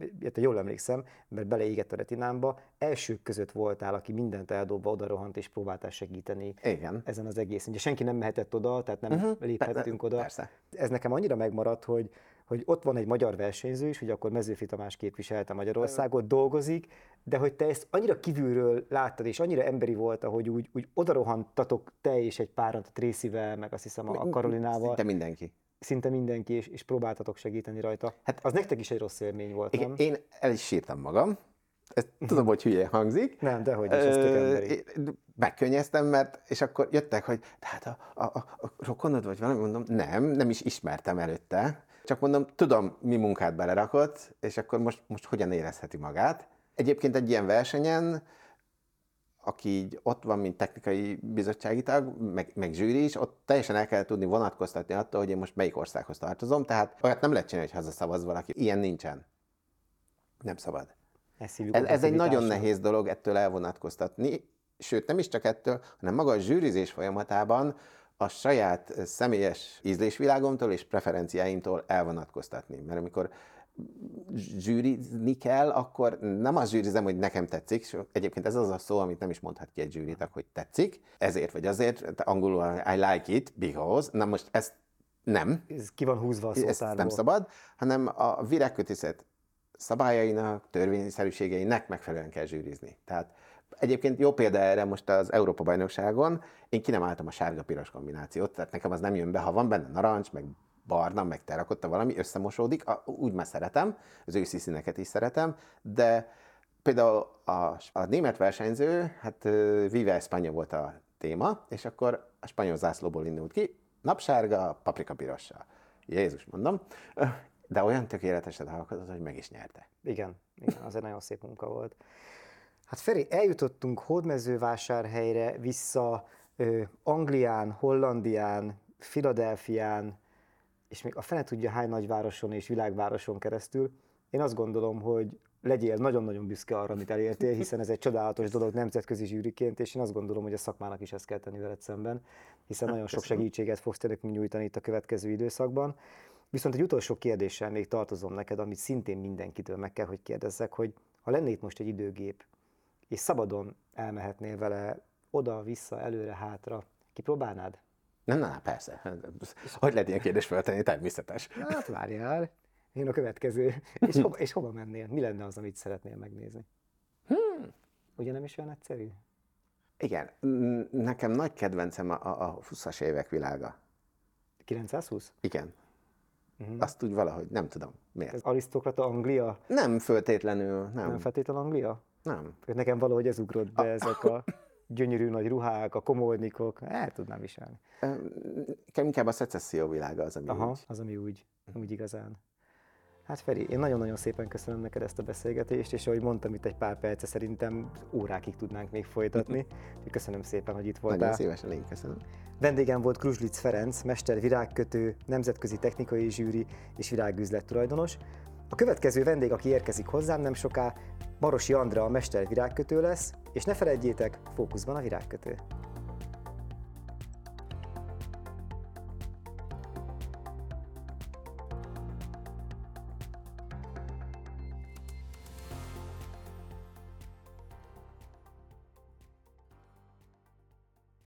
A: mert beleégett a retinámba, elsők között voltál, aki mindent eldobva odarohant, és próbáltál segíteni ezen az egészen. Ugye senki nem mehetett oda, tehát nem léphettünk oda.
B: Persze.
A: Ez nekem annyira megmaradt, hogy ott van egy magyar versenyző is, hogy akkor Mezőfi Tamás képviselte Magyarországot, dolgozik, de hogy te ezt annyira kívülről láttad, és annyira emberi volt, ahogy úgy odarohantatok te és egy páran, a Tracyvel, meg azt hiszem a Karolinával. Szinte mindenki, és próbáltatok segíteni rajta. Hát az nektek is egy rossz élmény volt,
B: igen,
A: nem?
B: Én el is sírtam magam. Ezt tudom, hogy hülyén hangzik.
A: Nem, dehogy is, ez tök emberi.
B: Megkönnyeztem, és akkor jöttek, hogy hát a rokonod vagy valami, mondom, nem is ismertem előtte. Csak mondom, tudom, mi munkát belerakott, és akkor most hogyan érezheti magát. Egyébként egy ilyen versenyen, aki így ott van, mint technikai bizottsági tag, meg zsűri is, ott teljesen el kell tudni vonatkoztatni attól, hogy én most melyik országhoz tartozom, tehát olyat nem lehet csinálni, hogy hazaszavaz valaki. Ilyen nincsen. Nem szabad. Ez egy nagyon nehéz dolog ettől elvonatkoztatni, sőt nem is csak ettől, hanem maga a zsűrizés folyamatában a saját személyes ízlésvilágomtól és preferenciáimtól elvonatkoztatni. Mert amikor zsűrizni kell, akkor nem azt zsűrizem, hogy nekem tetszik, egyébként ez az a szó, amit nem is mondhat ki egy zsűritak, hogy tetszik, ezért vagy azért, angolul I like it, because, na most ezt nem.
A: Ez ki van húzva a szótárból.
B: Ezt nem szabad, hanem a virágkötészet szabályainak, törvényszerűségeinek megfelelően kell zsűrizni. Tehát egyébként jó példa erre most az Európa-bajnokságon, én ki nem álltam a sárga-piros kombinációt, tehát nekem az nem jön be, ha van benne narancs, meg barna, meg terrakotta valami, összemosódik, úgy már szeretem, az őszi színeket is szeretem, de például a német versenyző, hát Viva España volt a téma, és akkor a spanyol zászlóból indult ki, napsárga, paprikapirossal. Jézus, mondom. De olyan tökéleteset alkotott, hogy meg is nyerte.
A: Igen, az egy nagyon szép munka volt. Hát Feri, eljutottunk Hódmezővásárhelyre, vissza Anglián, Hollandián, Philadelphián, és még a fene tudja hány nagyvároson és világvároson keresztül. Én azt gondolom, hogy legyél nagyon-nagyon büszke arra, amit elértél, hiszen ez egy csodálatos dolog nemzetközi zsűriként, és én azt gondolom, hogy a szakmának is ezt kell tenni veled szemben, hiszen nagyon sok segítséget fogsz te nekünk nyújtani itt a következő időszakban. Viszont egy utolsó kérdéssel még tartozom neked, amit szintén mindenkitől meg kell, hogy kérdezzek, hogy ha lenne itt most egy időgép, és szabadon elmehetnél vele oda-vissza, előre-hátra, kipróbálnád?
B: Nem, persze. Hogy lehet ilyen kérdést feltenni? Természetes.
A: Hát várjál, én a következő. És hova mennél? Mi lenne az, amit szeretnél megnézni? Ugye nem is olyan egyszerű?
B: Igen, nekem nagy kedvencem a 20-as évek világa.
A: 920?
B: Igen. Azt úgy valahogy, nem tudom miért.
A: Ez arisztokrata Anglia?
B: Nem föltétlenül, nem.
A: Nem feltétlenül Anglia?
B: Nem.
A: Nekem valahogy ez ugrott be, ezek a gyönyörű nagy ruhák, a komolnikok, el tudnám viselni.
B: Inkább a szecesszió világa az, ami
A: Aha, úgy. Az, ami úgy igazán. Hát Feri, én nagyon-nagyon szépen köszönöm neked ezt a beszélgetést, és ahogy mondtam itt egy pár perce, szerintem órákig tudnánk még folytatni. Úgyhogy köszönöm szépen, hogy itt voltál.
B: Nagyon szívesen, én köszönöm.
A: Vendégem volt Kruzslic Ferenc, mester virágkötő, nemzetközi technikai zsűri és virágüzlet tulajdonos. A következő vendég, aki érkezik hozzám nem soká, Marosi Andrea, a mester virágkötő lesz, és ne feledjétek, fókuszban a virágkötő.